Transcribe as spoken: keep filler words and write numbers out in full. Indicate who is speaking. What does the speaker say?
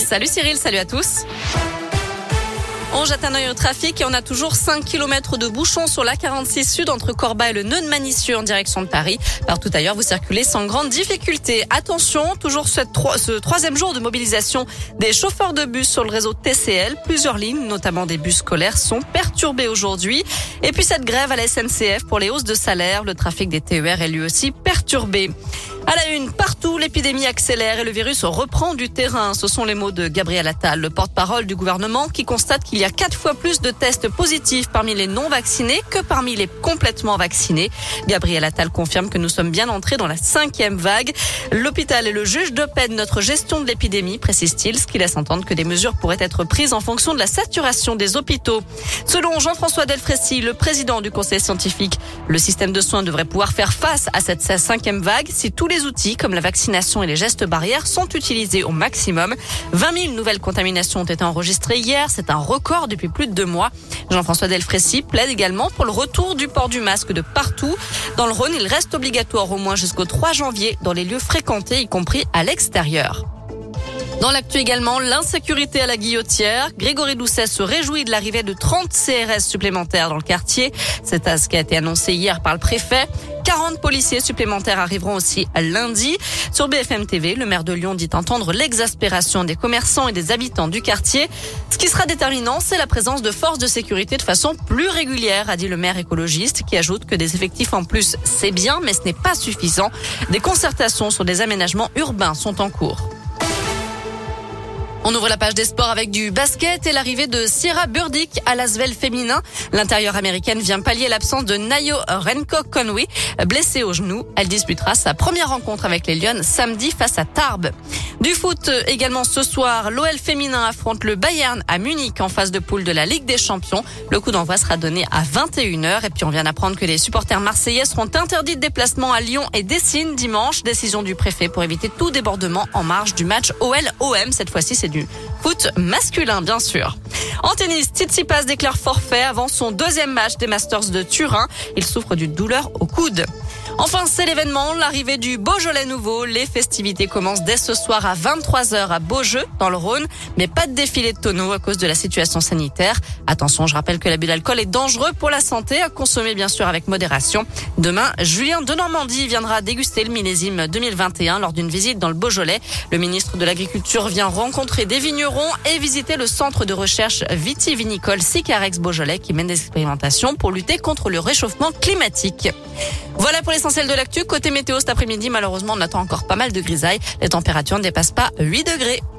Speaker 1: Salut Cyril, salut à tous. On jette un œil au trafic et on a toujours cinq kilomètres de bouchons sur l'A quarante-six Sud entre Corba et le nœud de Manicieux en direction de Paris. Partout ailleurs, vous circulez sans grande difficulté. Attention, toujours cette tro- ce troisième jour de mobilisation des chauffeurs de bus sur le réseau T C L. Plusieurs lignes, notamment des bus scolaires, sont perturbées aujourd'hui. Et puis cette grève à la S N C F pour les hausses de salaire. Le trafic des T E R est lui aussi perturbé. À la une, partout, l'épidémie accélère et le virus reprend du terrain. Ce sont les mots de Gabriel Attal, le porte-parole du gouvernement, qui constate qu'il y a quatre fois plus de tests positifs parmi les non-vaccinés que parmi les complètement vaccinés. Gabriel Attal confirme que nous sommes bien entrés dans la cinquième vague. L'hôpital est le juge de paix de notre gestion de l'épidémie, précise-t-il, ce qui laisse entendre que des mesures pourraient être prises en fonction de la saturation des hôpitaux. Selon Jean-François Delfraissy, le président du conseil scientifique, le système de soins devrait pouvoir faire face à cette cinquième vague si tous les outils comme la vaccination et les gestes barrières sont utilisés au maximum. vingt mille nouvelles contaminations ont été enregistrées hier. C'est un record depuis plus de deux mois. Jean-François Delfraissy plaide également pour le retour du port du masque de partout. Dans le Rhône, il reste obligatoire au moins jusqu'au trois janvier dans les lieux fréquentés, y compris à l'extérieur. Dans l'actu également, l'insécurité à la Guillotière. Grégory Doucet se réjouit de l'arrivée de trente C R S supplémentaires dans le quartier. C'est ce qui a été annoncé hier par le préfet. quarante policiers supplémentaires arriveront aussi lundi. Sur B F M T V, le maire de Lyon dit entendre l'exaspération des commerçants et des habitants du quartier. Ce qui sera déterminant, c'est la présence de forces de sécurité de façon plus régulière, a dit le maire écologiste, qui ajoute que des effectifs en plus, c'est bien, mais ce n'est pas suffisant. Des concertations sur des aménagements urbains sont en cours. On ouvre la page des sports avec du basket et l'arrivée de Sierra Burdick à l'Asvel féminin. L'intérieure américaine vient pallier l'absence de Nayo Renko-Conway, blessée au genou. Elle disputera sa première rencontre avec les Lions samedi face à Tarbes. Du foot également ce soir, l'O L féminin affronte le Bayern à Munich en phase de poule de la Ligue des Champions. Le coup d'envoi sera donné à vingt et une heures. Et puis on vient d'apprendre que les supporters marseillais seront interdits de déplacement à Lyon et Dessines dimanche. Décision du préfet pour éviter tout débordement en marge du match O L O M. Cette fois-ci, c'est du foot masculin, bien sûr. En tennis, Tsitsipas déclare forfait avant son deuxième match des Masters de Turin. Il souffre d'une douleur au coude. Enfin, c'est l'événement, l'arrivée du Beaujolais nouveau. Les festivités commencent dès ce soir à vingt-trois heures à Beaujeu, dans le Rhône. Mais pas de défilé de tonneaux à cause de la situation sanitaire. Attention, je rappelle que l'abus d'alcool est dangereux pour la santé, à consommer bien sûr avec modération. Demain, Julien Denormandie viendra déguster le millésime deux mille vingt et un lors d'une visite dans le Beaujolais. Le ministre de l'Agriculture vient rencontrer des vignerons et visiter le centre de recherche vitivinicole Sicarex Beaujolais qui mène des expérimentations pour lutter contre le réchauffement climatique. Voilà pour l'essentiel de l'actu. Côté météo cet après-midi, malheureusement, on attend encore pas mal de grisailles. Les températures ne dépassent pas huit degrés.